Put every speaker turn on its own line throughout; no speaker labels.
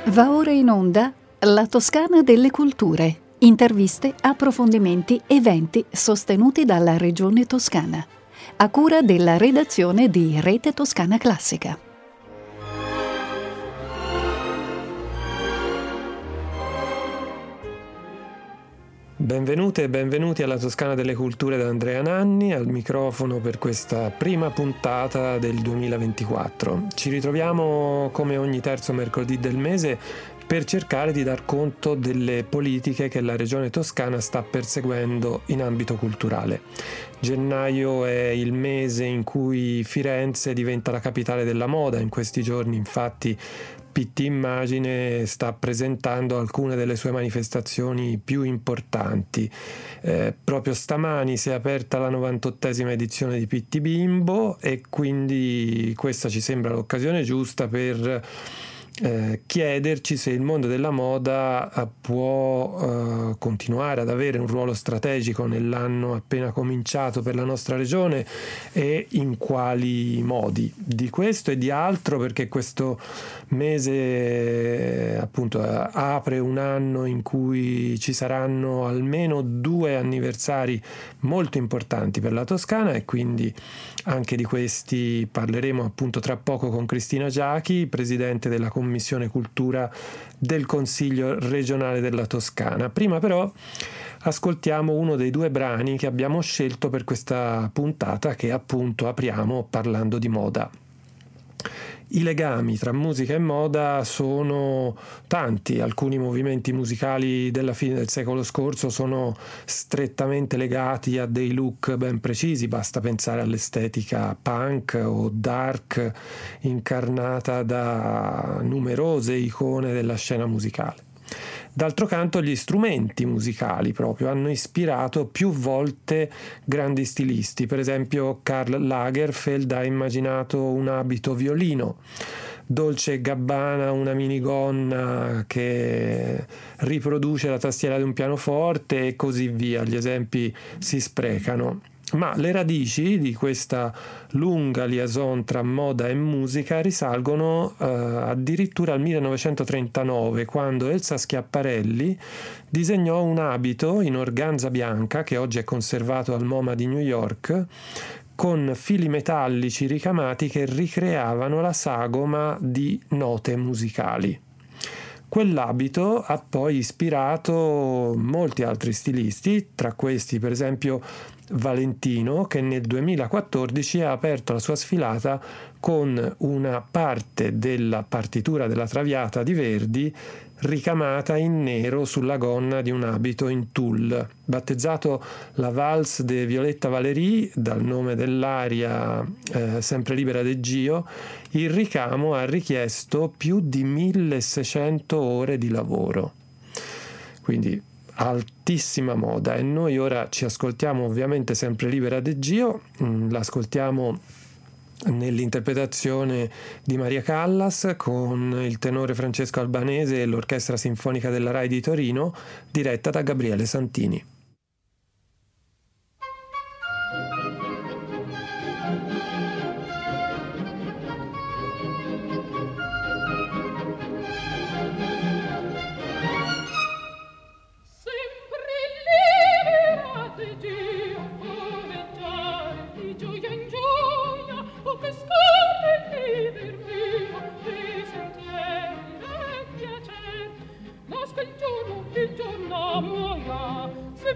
Va ora in onda La Toscana delle Culture. Interviste, approfondimenti, eventi sostenuti dalla Regione Toscana. A cura della redazione di Rete Toscana Classica.
Benvenute e benvenuti alla Toscana delle Culture da Andrea Nanni, al microfono per questa prima puntata del 2024. Ci ritroviamo come ogni terzo mercoledì del mese per cercare di dar conto delle politiche che la Regione Toscana sta perseguendo in ambito culturale. Gennaio è il mese in cui Firenze diventa la capitale della moda. In questi giorni, infatti, PT Immagine sta presentando alcune delle sue manifestazioni più importanti. Proprio stamani si è aperta la 98esima edizione di PT Bimbo e quindi questa ci sembra l'occasione giusta per chiederci se il mondo della moda può continuare ad avere un ruolo strategico nell'anno appena cominciato per la nostra regione e in quali modi. Di questo e di altro, perché questo mese appunto apre un anno in cui ci saranno almeno 2 anniversari molto importanti per la Toscana e quindi anche di questi parleremo appunto tra poco con Cristina Giachi, presidente della Commissione Cultura del Consiglio regionale della Toscana. Prima però ascoltiamo uno dei 2 brani che abbiamo scelto per questa puntata, che appunto apriamo parlando di moda. I legami tra musica e moda sono tanti. Alcuni movimenti musicali della fine del secolo scorso sono strettamente legati a dei look ben precisi, basta pensare all'estetica punk o dark incarnata da numerose icone della scena musicale. D'altro canto gli strumenti musicali proprio hanno ispirato più volte grandi stilisti. Per esempio Karl Lagerfeld ha immaginato un abito violino, Dolce & Gabbana una minigonna che riproduce la tastiera di un pianoforte e così via. Gli esempi si sprecano. Ma le radici di questa lunga liaison tra moda e musica risalgono addirittura al 1939, quando Elsa Schiaparelli disegnò un abito in organza bianca che oggi è conservato al MoMA di New York, con fili metallici ricamati che ricreavano la sagoma di note musicali. Quell'abito ha poi ispirato molti altri stilisti, tra questi per esempio Valentino, che nel 2014 ha aperto la sua sfilata con una parte della partitura della Traviata di Verdi ricamata in nero sulla gonna di un abito in tulle. Battezzato la Valse de Violetta Valéry dal nome dell'aria Sempre libera de Gio, il ricamo ha richiesto più di 1600 ore di lavoro. Quindi altissima moda. E noi ora ci ascoltiamo ovviamente Sempre libera de Gio, l'ascoltiamo nell'interpretazione di Maria Callas con il tenore Francesco Albanese e l'Orchestra Sinfonica della Rai di Torino, diretta da Gabriele Santini.
Il giorno muoia, se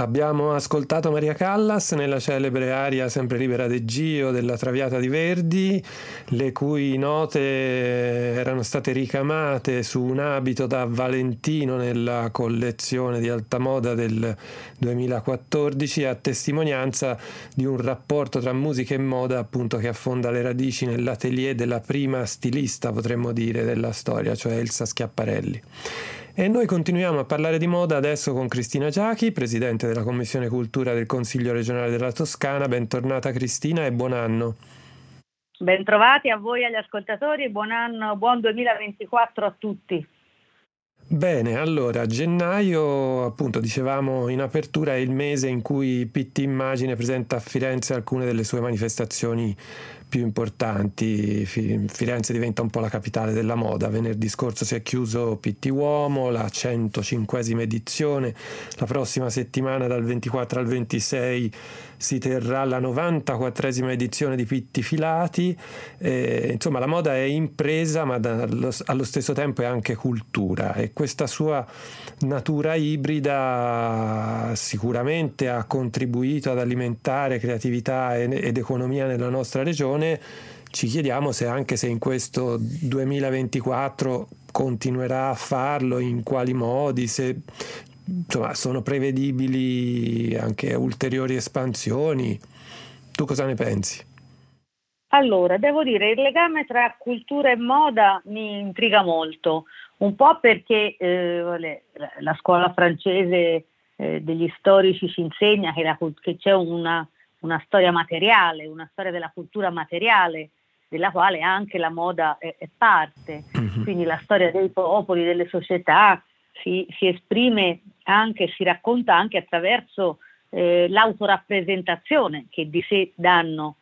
Abbiamo ascoltato Maria Callas nella celebre aria Sempre libera de Gio della Traviata di Verdi, le cui note erano state ricamate su un abito da Valentino nella collezione di alta moda del 2014, a testimonianza di un rapporto tra musica e moda, appunto, che affonda le radici nell'atelier della prima stilista, potremmo dire, della storia, cioè Elsa Schiaparelli. E noi continuiamo a parlare di moda adesso con Cristina Giachi, presidente della Commissione Cultura del Consiglio regionale della Toscana. Bentornata Cristina e buon anno.
Bentrovati a voi, agli ascoltatori, buon anno, buon 2024 a tutti.
Bene, allora gennaio, appunto dicevamo in apertura, è il mese in cui PT Immagine presenta a Firenze alcune delle sue manifestazioni più importanti. Firenze diventa un po' la capitale della moda. Venerdì scorso si è chiuso PT Uomo, la 105esima edizione. La prossima settimana, dal 24 al 26, si terrà la 94esima edizione di PT Filati. Insomma, la moda è impresa, ma allo stesso tempo è anche cultura, e questa sua natura ibrida sicuramente ha contribuito ad alimentare creatività ed economia nella nostra regione. Ci chiediamo anche se in questo 2024 continuerà a farlo, in quali modi, se insomma sono prevedibili anche ulteriori espansioni. Tu cosa ne pensi?
Allora, devo dire, il legame tra cultura e moda mi intriga molto, un po' perché la scuola francese degli storici ci insegna che c'è una storia materiale, una storia della cultura materiale, della quale anche la moda è parte. Mm-hmm. Quindi la storia dei popoli, delle società si esprime anche, si racconta anche attraverso l'autorappresentazione che di sé danno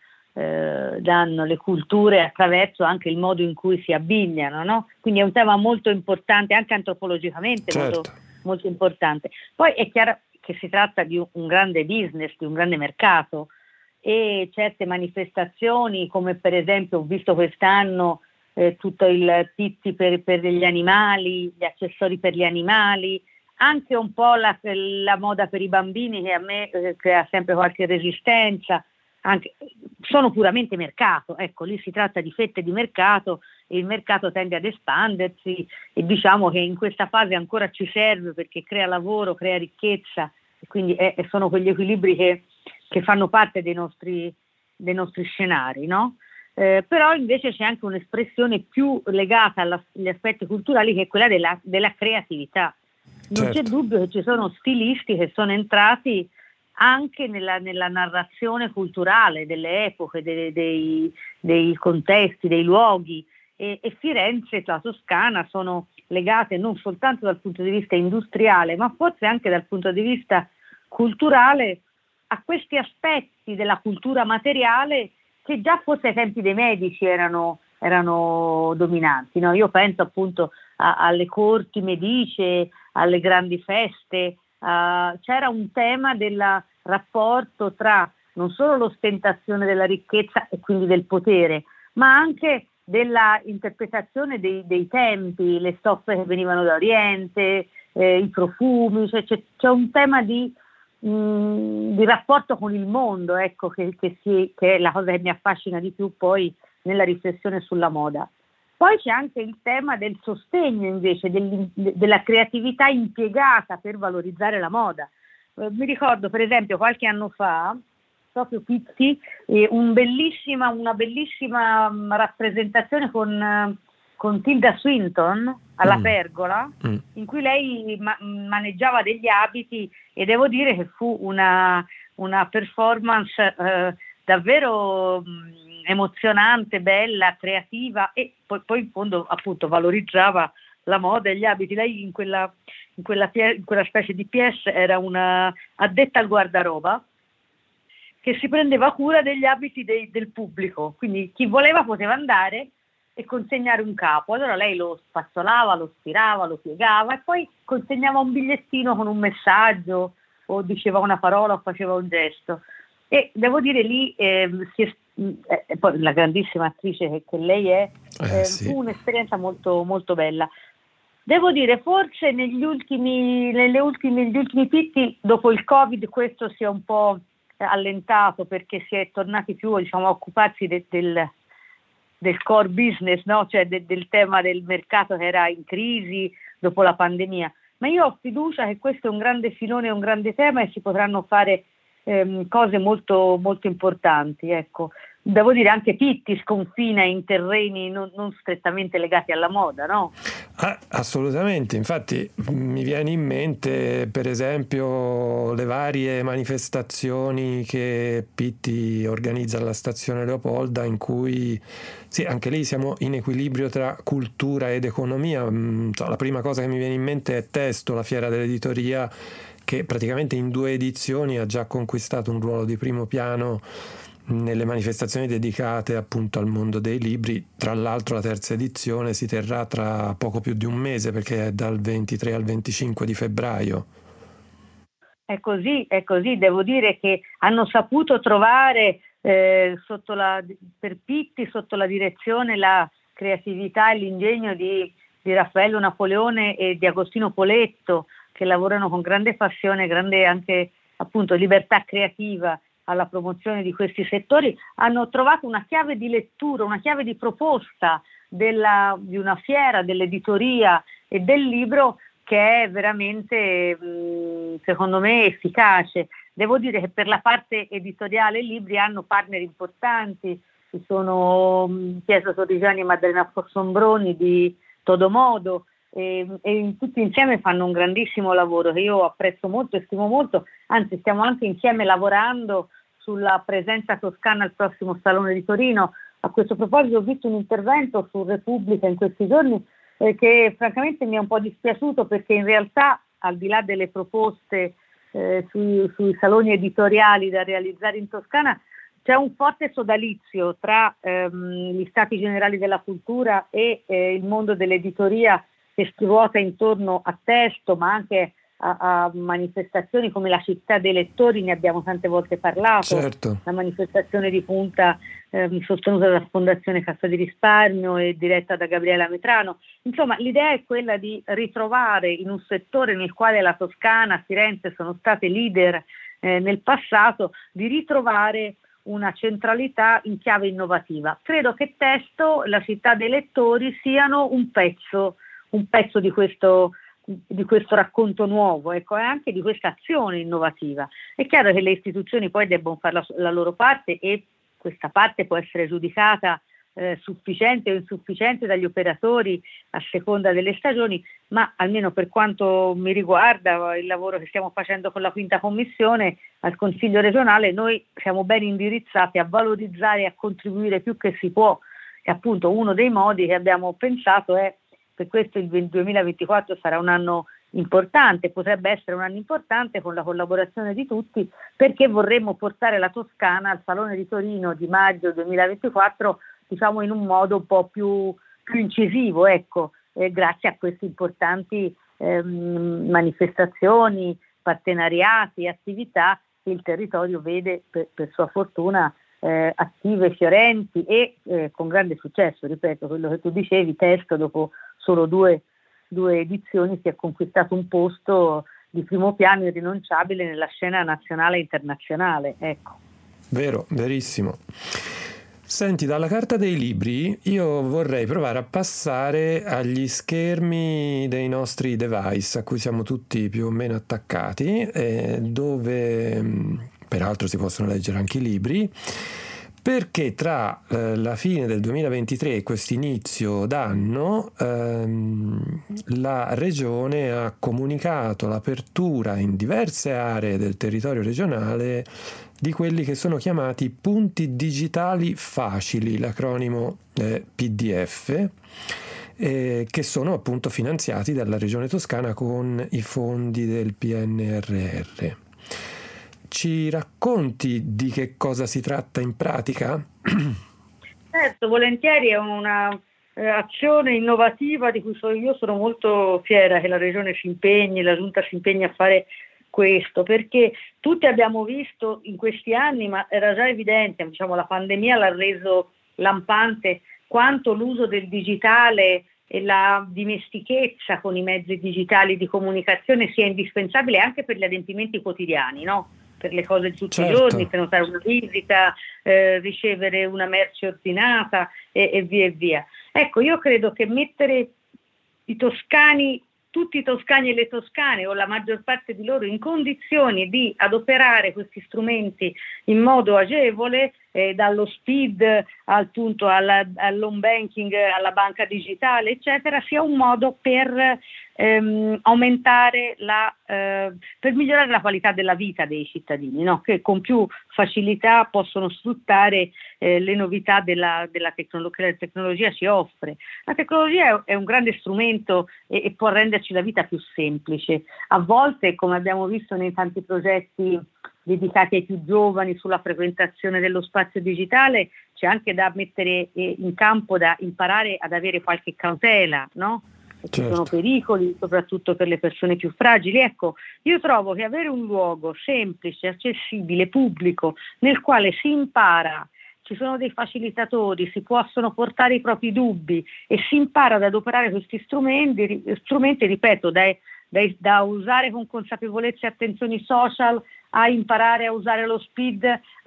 le culture, attraverso anche il modo in cui si abbigliano, no? Quindi è un tema molto importante, anche antropologicamente, certo. molto, molto importante. Poi è chiaro che si tratta di un grande business, di un grande mercato, e certe manifestazioni, come per esempio ho visto quest'anno tutto il Titti per gli animali, gli accessori per gli animali, anche un po' la moda per i bambini, che a me crea sempre qualche resistenza. Anche, sono puramente mercato, ecco, lì si tratta di fette di mercato e il mercato tende ad espandersi, e diciamo che in questa fase ancora ci serve perché crea lavoro, crea ricchezza, e quindi sono quegli equilibri che fanno parte dei nostri scenari, no? Però invece c'è anche un'espressione più legata agli aspetti culturali, che è quella della creatività. Non c'è dubbio che ci sono stilisti che sono entrati anche nella narrazione culturale delle epoche, dei contesti, dei luoghi, e Firenze e la Toscana sono legate non soltanto dal punto di vista industriale, ma forse anche dal punto di vista culturale a questi aspetti della cultura materiale che già forse ai tempi dei Medici erano dominanti, no? Io penso appunto alle corti medicie, alle grandi feste. C'era un tema del rapporto tra non solo l'ostentazione della ricchezza e quindi del potere, ma anche della interpretazione dei tempi, le stoffe che venivano da Oriente, i profumi, cioè c'è un tema di rapporto con il mondo, ecco, che è la cosa che mi affascina di più poi nella riflessione sulla moda. Poi c'è anche il tema del sostegno invece della creatività impiegata per valorizzare la moda. Mi ricordo per esempio qualche anno fa, proprio Pitti, una bellissima rappresentazione con Tilda Swinton alla Pergola, in cui lei maneggiava degli abiti, e devo dire che fu una performance davvero emozionante, bella, creativa, e poi in fondo appunto valorizzava la moda e gli abiti. Lei in quella specie di pièce era una addetta al guardaroba che si prendeva cura degli abiti del pubblico, quindi chi voleva poteva andare e consegnare un capo. Allora lei lo spazzolava, lo stirava, lo piegava e poi consegnava un bigliettino con un messaggio, o diceva una parola o faceva un gesto. E devo dire lì poi la grandissima attrice che lei è, sì. Fu un'esperienza molto, molto bella. Devo dire, forse negli ultimi picchi, dopo il Covid, questo si è un po' allentato, perché si è tornati più, diciamo, a occuparsi del core business, no? Cioè del tema del mercato che era in crisi dopo la pandemia. Ma io ho fiducia che questo è un grande filone, un grande tema, e si potranno fare cose molto, molto importanti. Ecco. Devo dire, anche Pitti sconfina in terreni non strettamente legati alla moda, no?
Assolutamente, infatti mi viene in mente per esempio le varie manifestazioni che Pitti organizza alla stazione Leopolda, in cui sì, anche lì siamo in equilibrio tra cultura ed economia. La prima cosa che mi viene in mente è Testo, la fiera dell'editoria, che praticamente in 2 edizioni ha già conquistato un ruolo di primo piano nelle manifestazioni dedicate appunto al mondo dei libri. Tra l'altro la 3ª edizione si terrà tra poco più di un mese, perché è dal 23 al 25 di febbraio.
È così, devo dire che hanno saputo trovare per Pitti, sotto la direzione, la creatività e l'ingegno di Raffaello Napoleone e di Agostino Poletto, che lavorano con grande passione, grande anche appunto libertà creativa alla promozione di questi settori. Hanno trovato una chiave di lettura, una chiave di proposta di una fiera, dell'editoria e del libro, che è veramente, secondo me, efficace. Devo dire che per la parte editoriale i libri hanno partner importanti, ci sono Pietro Torrigiani e Maddalena Fossombroni di Todomodo, e tutti insieme fanno un grandissimo lavoro che io apprezzo molto e stimo molto. Anzi, stiamo anche insieme lavorando sulla presenza toscana al prossimo Salone di Torino. A questo proposito ho visto un intervento su Repubblica in questi giorni che francamente mi è un po' dispiaciuto, perché in realtà, al di là delle proposte sui saloni editoriali da realizzare in Toscana, c'è un forte sodalizio tra gli Stati Generali della Cultura e il mondo dell'editoria, che si ruota intorno a Testo, ma anche a manifestazioni come la Città dei Lettori, ne abbiamo tante volte parlato.
Certo.
La manifestazione di punta sostenuta dalla Fondazione Cassa di Risparmio e diretta da Gabriela Metrano. Insomma, l'idea è quella di ritrovare, in un settore nel quale la Toscana, Firenze sono state leader nel passato, di ritrovare una centralità in chiave innovativa. Credo che Testo, la Città dei Lettori, siano un pezzo di questo racconto nuovo, ecco, e anche di questa azione innovativa. È chiaro che le istituzioni poi debbono fare la loro parte, e questa parte può essere giudicata sufficiente o insufficiente dagli operatori a seconda delle stagioni, ma almeno per quanto mi riguarda, il lavoro che stiamo facendo con la 5ª Commissione al Consiglio regionale, noi siamo ben indirizzati a valorizzare e a contribuire più che si può, e appunto uno dei modi che abbiamo pensato è: per questo il 2024 sarà un anno importante, potrebbe essere un anno importante con la collaborazione di tutti, perché vorremmo portare la Toscana al Salone di Torino di maggio 2024, diciamo in un modo un po' più incisivo, ecco, grazie a queste importanti manifestazioni, partenariati, attività che il territorio vede, per sua fortuna, attive, fiorenti e con grande successo. Ripeto, quello che tu dicevi, Testo dopo solo due edizioni si è conquistato un posto di primo piano irrinunciabile nella scena nazionale e internazionale. Ecco.
Vero, verissimo. Senti, dalla carta dei libri io vorrei provare a passare agli schermi dei nostri device a cui siamo tutti più o meno attaccati, dove peraltro si possono leggere anche i libri, perché tra la fine del 2023 e questo inizio d'anno la Regione ha comunicato l'apertura in diverse aree del territorio regionale di quelli che sono chiamati punti digitali facili, l'acronimo PDF, che sono appunto finanziati dalla Regione Toscana con i fondi del PNRR. Ci racconti di che cosa si tratta in pratica?
Certo, volentieri. È una azione innovativa di cui io sono molto fiera che la Regione si impegni, la Giunta si impegni a fare questo, perché tutti abbiamo visto in questi anni, ma era già evidente, diciamo, la pandemia l'ha reso lampante, quanto l'uso del digitale e la dimestichezza con i mezzi digitali di comunicazione sia indispensabile anche per gli adempimenti quotidiani, no? Per le cose di tutti i giorni, prenotare una visita, ricevere una merce ordinata e via e via. Ecco, io credo che mettere i toscani, tutti i toscani e le toscane o la maggior parte di loro in condizioni di adoperare questi strumenti in modo agevole, dallo SPID all'home banking, alla banca digitale, eccetera, sia un modo per aumentare per migliorare la qualità della vita dei cittadini, no? Che con più facilità possono sfruttare le novità che la tecnologia ci offre. La tecnologia è un grande strumento e può renderci la vita più semplice. A volte, come abbiamo visto nei tanti progetti dedicati ai più giovani sulla frequentazione dello spazio digitale, c'è anche da mettere in campo, da imparare ad avere qualche cautela, no? Ci sono pericoli, soprattutto per le persone più fragili. Ecco, io trovo che avere un luogo semplice, accessibile, pubblico, nel quale si impara, ci sono dei facilitatori, si possono portare i propri dubbi e si impara ad adoperare questi strumenti, ripeto, da usare con consapevolezza e attenzione social, a imparare a usare lo SPID,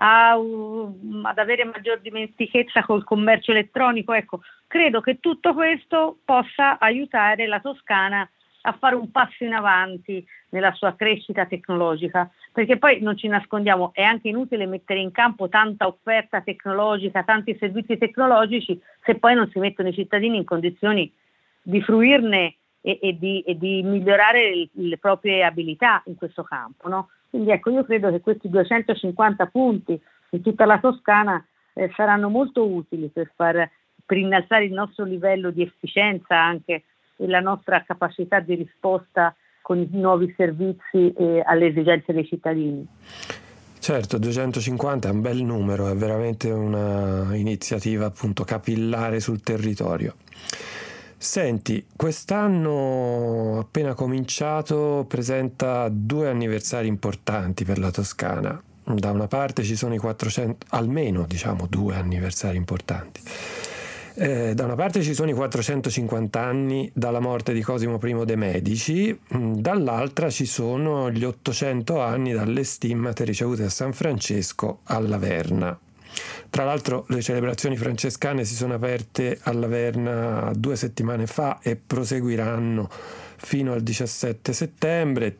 ad avere maggior dimestichezza col commercio elettronico. Ecco, credo che tutto questo possa aiutare la Toscana a fare un passo in avanti nella sua crescita tecnologica, perché poi non ci nascondiamo, è anche inutile mettere in campo tanta offerta tecnologica, tanti servizi tecnologici, se poi non si mettono i cittadini in condizioni di fruirne e di migliorare le proprie abilità in questo campo, no? Quindi ecco, io credo che questi 250 punti in tutta la Toscana saranno molto utili per innalzare il nostro livello di efficienza anche e la nostra capacità di risposta con i nuovi servizi alle esigenze dei cittadini.
Certo, 250 è un bel numero, è veramente una iniziativa appunto capillare sul territorio. Senti, quest'anno appena cominciato presenta 2 anniversari importanti per la Toscana. Da una parte ci sono i 400, almeno diciamo 2 anniversari importanti. Da una parte ci sono i 450 anni dalla morte di Cosimo I de' Medici, dall'altra ci sono gli 800 anni dalle stimmate ricevute a San Francesco a Laverna. Tra l'altro le celebrazioni francescane si sono aperte a Laverna 2 settimane fa e proseguiranno fino al 17 settembre.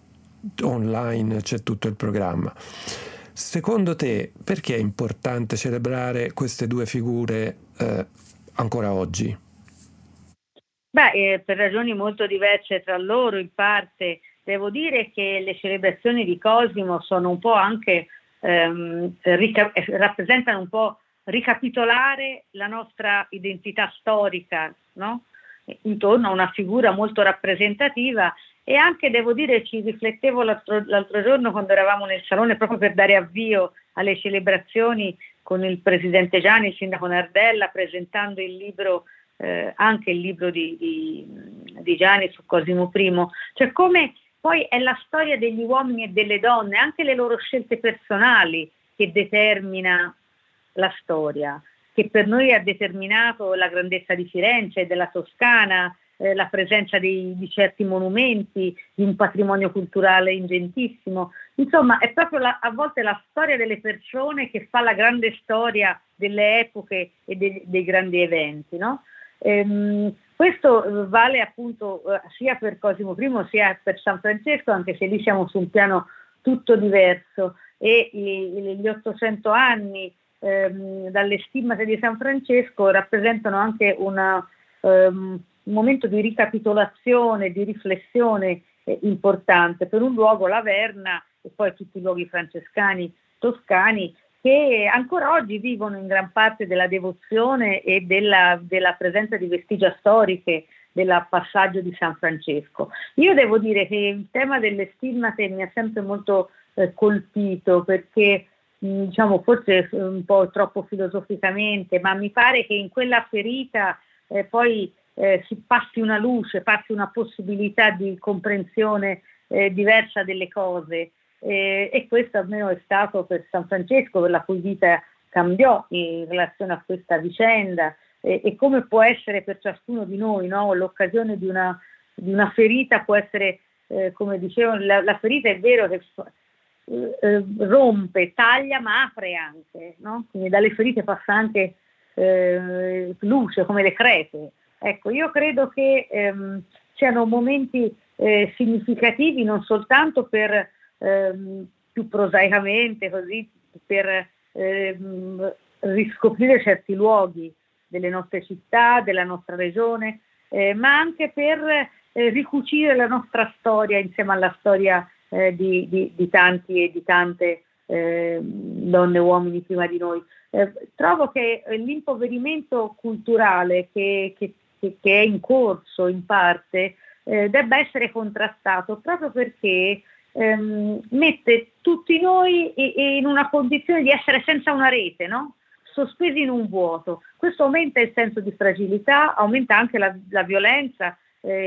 Online c'è tutto il programma. Secondo te, perché è importante celebrare queste 2 figure ancora oggi?
Per ragioni molto diverse tra loro, in parte. Devo dire che le celebrazioni di Cosimo sono un po' anche rappresentano un po' ricapitolare la nostra identità storica, no? Intorno a una figura molto rappresentativa. E anche, devo dire, ci riflettevo l'altro giorno quando eravamo nel salone proprio per dare avvio alle celebrazioni con il presidente Gianni, il sindaco Nardella, presentando il libro, anche il libro di Gianni su Cosimo I, cioè come poi è la storia degli uomini e delle donne, anche le loro scelte personali, che determina la storia, che per noi ha determinato la grandezza di Firenze e della Toscana, la presenza di certi monumenti, di un patrimonio culturale ingentissimo. Insomma, è proprio a volte la storia delle persone che fa la grande storia delle epoche e dei grandi eventi, no? Questo vale appunto sia per Cosimo I sia per San Francesco, anche se lì siamo su un piano tutto diverso, e gli 800 anni dalle stimmate di San Francesco rappresentano anche un momento di ricapitolazione, di riflessione importante per un luogo, Laverna, e poi tutti i luoghi francescani toscani, che ancora oggi vivono in gran parte della devozione e della presenza di vestigia storiche del passaggio di San Francesco. Io devo dire che il tema delle stimmate mi ha sempre molto colpito, perché diciamo forse un po' troppo filosoficamente, ma mi pare che in quella ferita poi si passi una luce, passi una possibilità di comprensione diversa delle cose. E questo almeno è stato per San Francesco, per la cui vita cambiò in relazione a questa vicenda, e come può essere per ciascuno di noi, no? L'occasione di una ferita può essere, come dicevo, la ferita è vero che rompe, taglia, ma apre anche, no? Quindi dalle ferite passa anche luce, come le crepe. Ecco, io credo che siano momenti significativi non soltanto per più prosaicamente così, per riscoprire certi luoghi delle nostre città, della nostra regione, ma anche per ricucire la nostra storia insieme alla storia di tanti e di tante donne e uomini prima di noi. Trovo che l'impoverimento culturale che è in corso in parte debba essere contrastato proprio perché mette tutti noi in una condizione di essere senza una rete, no? Sospesi in un vuoto. Questo aumenta il senso di fragilità, aumenta anche la violenza,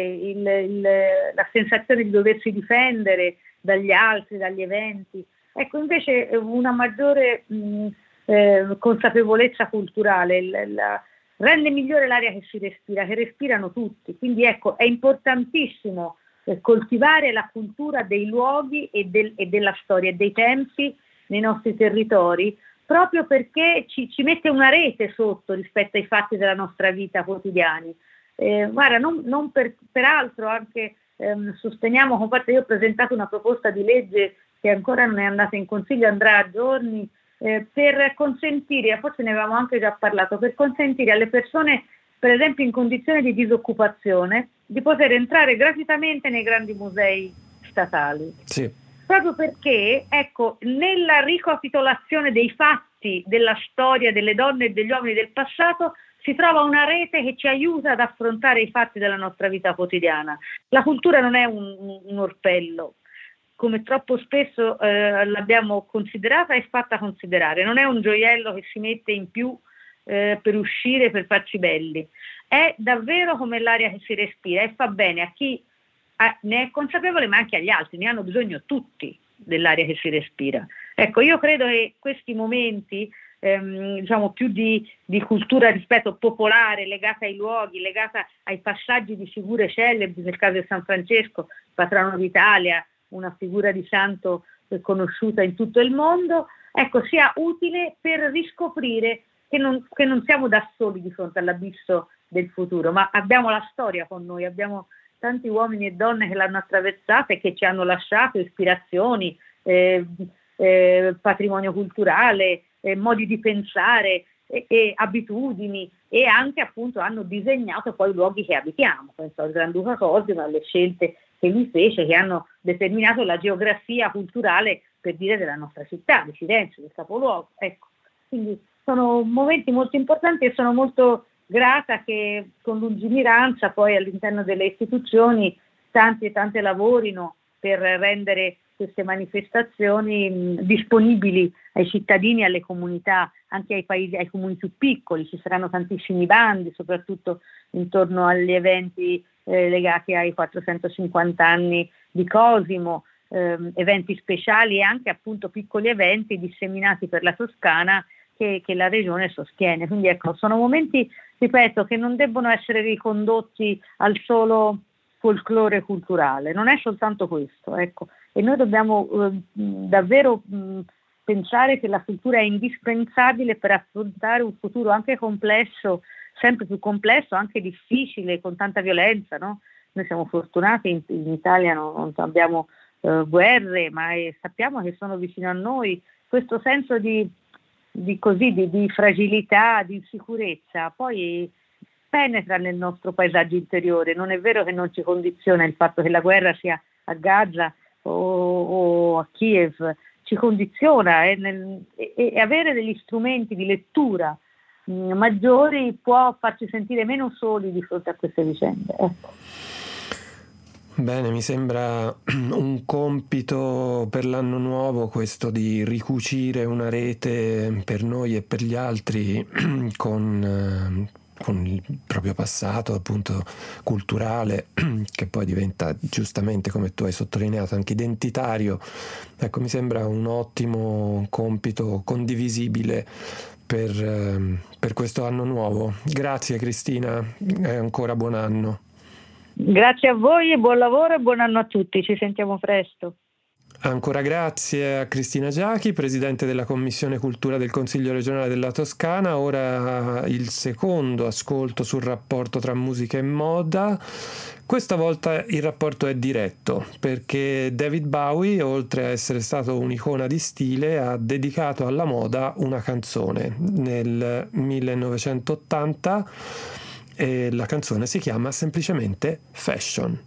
la sensazione di doversi difendere dagli altri, dagli eventi. Ecco, invece una maggiore consapevolezza culturale rende migliore l'aria che si respira, che respirano tutti. Quindi ecco, è importantissimo coltivare la cultura dei luoghi e della storia e dei tempi nei nostri territori, proprio perché ci mette una rete sotto rispetto ai fatti della nostra vita quotidiani. Guarda, non peraltro anche sosteniamo, io ho presentato una proposta di legge che ancora non è andata in consiglio, andrà a giorni, per consentire, forse ne avevamo anche già parlato, per consentire alle persone, per esempio in condizione di disoccupazione, di poter entrare gratuitamente nei grandi musei statali.
Sì.
Proprio perché, ecco, nella ricapitolazione dei fatti della storia delle donne e degli uomini del passato si trova una rete che ci aiuta ad affrontare i fatti della nostra vita quotidiana. La cultura non è un orpello, come troppo spesso l'abbiamo considerata e fatta considerare. Non è un gioiello che si mette in più per uscire, per farci belli. È davvero come l'aria che si respira e fa bene a chi ne è consapevole, ma anche agli altri. Ne hanno bisogno tutti dell'aria che si respira. Ecco, io credo che questi momenti diciamo più di cultura, rispetto, popolare, legata ai luoghi, legata ai passaggi di figure celebri, nel caso di San Francesco, patrono d'Italia, una figura di santo conosciuta in tutto il mondo, ecco, sia utile per riscoprire che non siamo da soli di fronte all'abisso del futuro, ma abbiamo la storia con noi, abbiamo tanti uomini e donne che l'hanno attraversata e che ci hanno lasciato ispirazioni, patrimonio culturale, modi di pensare e abitudini, e anche appunto hanno disegnato poi i luoghi che abitiamo. Penso al Granduca Cosimo, alle scelte che lui fece, che hanno determinato la geografia culturale, per dire, della nostra città, di Firenze, del capoluogo. Ecco, quindi sono momenti molto importanti e sono molto grata che con lungimiranza poi all'interno delle istituzioni tanti e tante lavorino per rendere queste manifestazioni disponibili ai cittadini, alle comunità, anche ai paesi, ai comuni più piccoli. Ci saranno tantissimi bandi, soprattutto intorno agli eventi legati ai 450 anni di Cosimo, eventi speciali e anche appunto piccoli eventi disseminati per la Toscana che la regione sostiene. Quindi ecco, sono momenti, ripeto, che non debbono essere ricondotti al solo folklore culturale, non è soltanto questo, ecco. E noi dobbiamo davvero pensare che la cultura è indispensabile per affrontare un futuro anche complesso, sempre più complesso, anche difficile, con tanta violenza, no? Noi siamo fortunati, in Italia non abbiamo guerre, ma sappiamo che sono vicino a noi. Questo senso di fragilità, di insicurezza, poi penetra nel nostro paesaggio interiore. Non è vero che non ci condiziona il fatto che la guerra sia a Gaza o a Kiev, ci condiziona e avere degli strumenti di lettura maggiori può farci sentire meno soli di fronte a queste vicende. Ecco.
Bene, mi sembra un compito per l'anno nuovo questo di ricucire una rete per noi e per gli altri con con il proprio passato appunto culturale, che poi diventa giustamente, come tu hai sottolineato, anche identitario. Ecco, mi sembra un ottimo compito condivisibile per questo anno nuovo. Grazie Cristina, e ancora buon anno.
Grazie a voi e buon lavoro e buon anno a tutti, ci sentiamo presto.
Ancora grazie a Cristina Giachi, Presidente della Commissione Cultura del Consiglio regionale della Toscana. Ora il secondo ascolto sul rapporto tra musica e moda. Questa volta il rapporto è diretto, perché David Bowie, oltre a essere stato un'icona di stile, ha dedicato alla moda una canzone nel 1980 e la canzone si chiama semplicemente Fashion.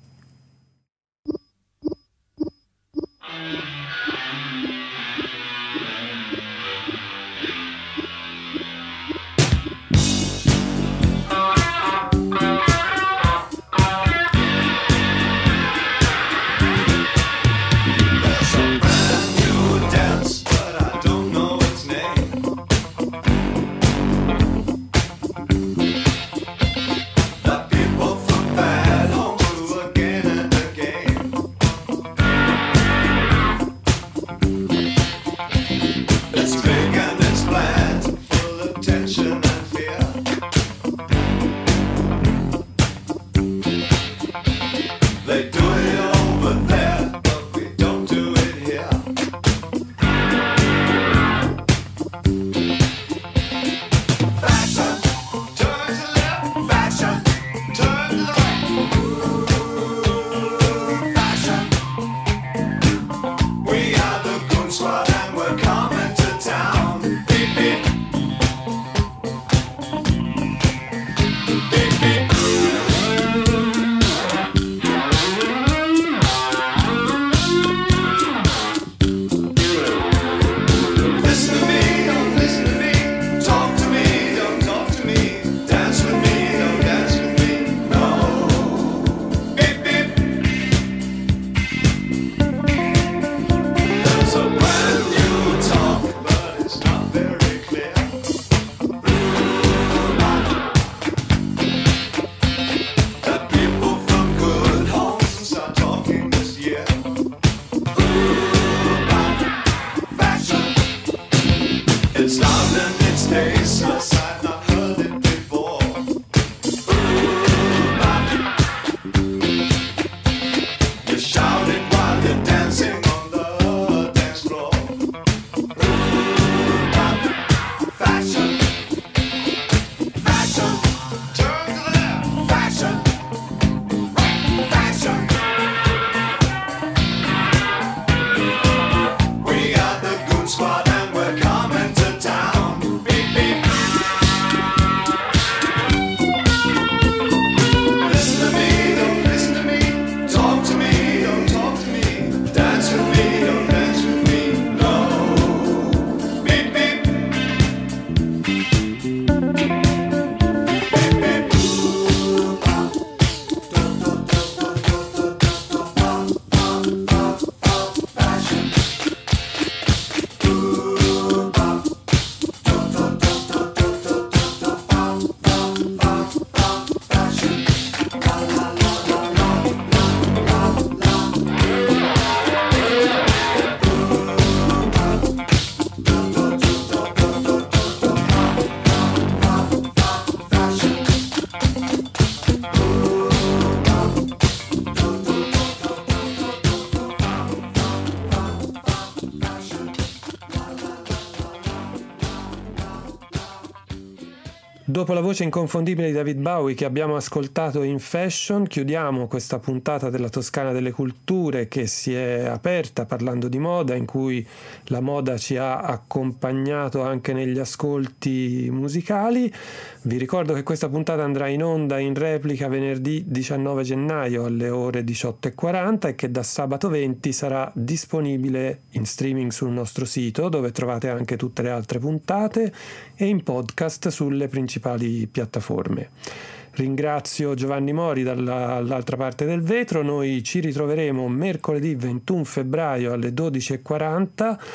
Dopo la voce inconfondibile di David Bowie che abbiamo ascoltato in Fashion, chiudiamo questa puntata della Toscana delle Culture che si è aperta parlando di moda, in cui la moda ci ha accompagnato anche negli ascolti musicali. Vi ricordo che questa puntata andrà in onda in replica venerdì 19 gennaio alle ore 18:40 e che da sabato 20 sarà disponibile in streaming sul nostro sito, dove trovate anche tutte le altre puntate, e in podcast sulle principali piattaforme. Ringrazio Giovanni Mori dall'altra parte del vetro. Noi ci ritroveremo mercoledì 21 febbraio alle 12:40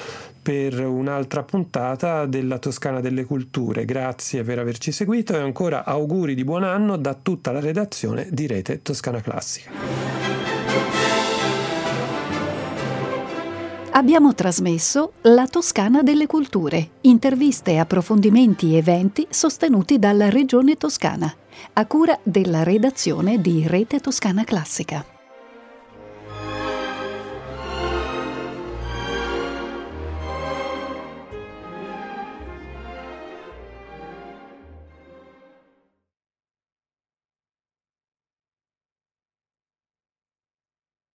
per un'altra puntata della Toscana delle Culture. Grazie per averci seguito e ancora auguri di buon anno da tutta la redazione di Rete Toscana Classica.
Abbiamo trasmesso La Toscana delle Culture, interviste, approfondimenti e eventi sostenuti dalla Regione Toscana, a cura della redazione di Rete Toscana Classica.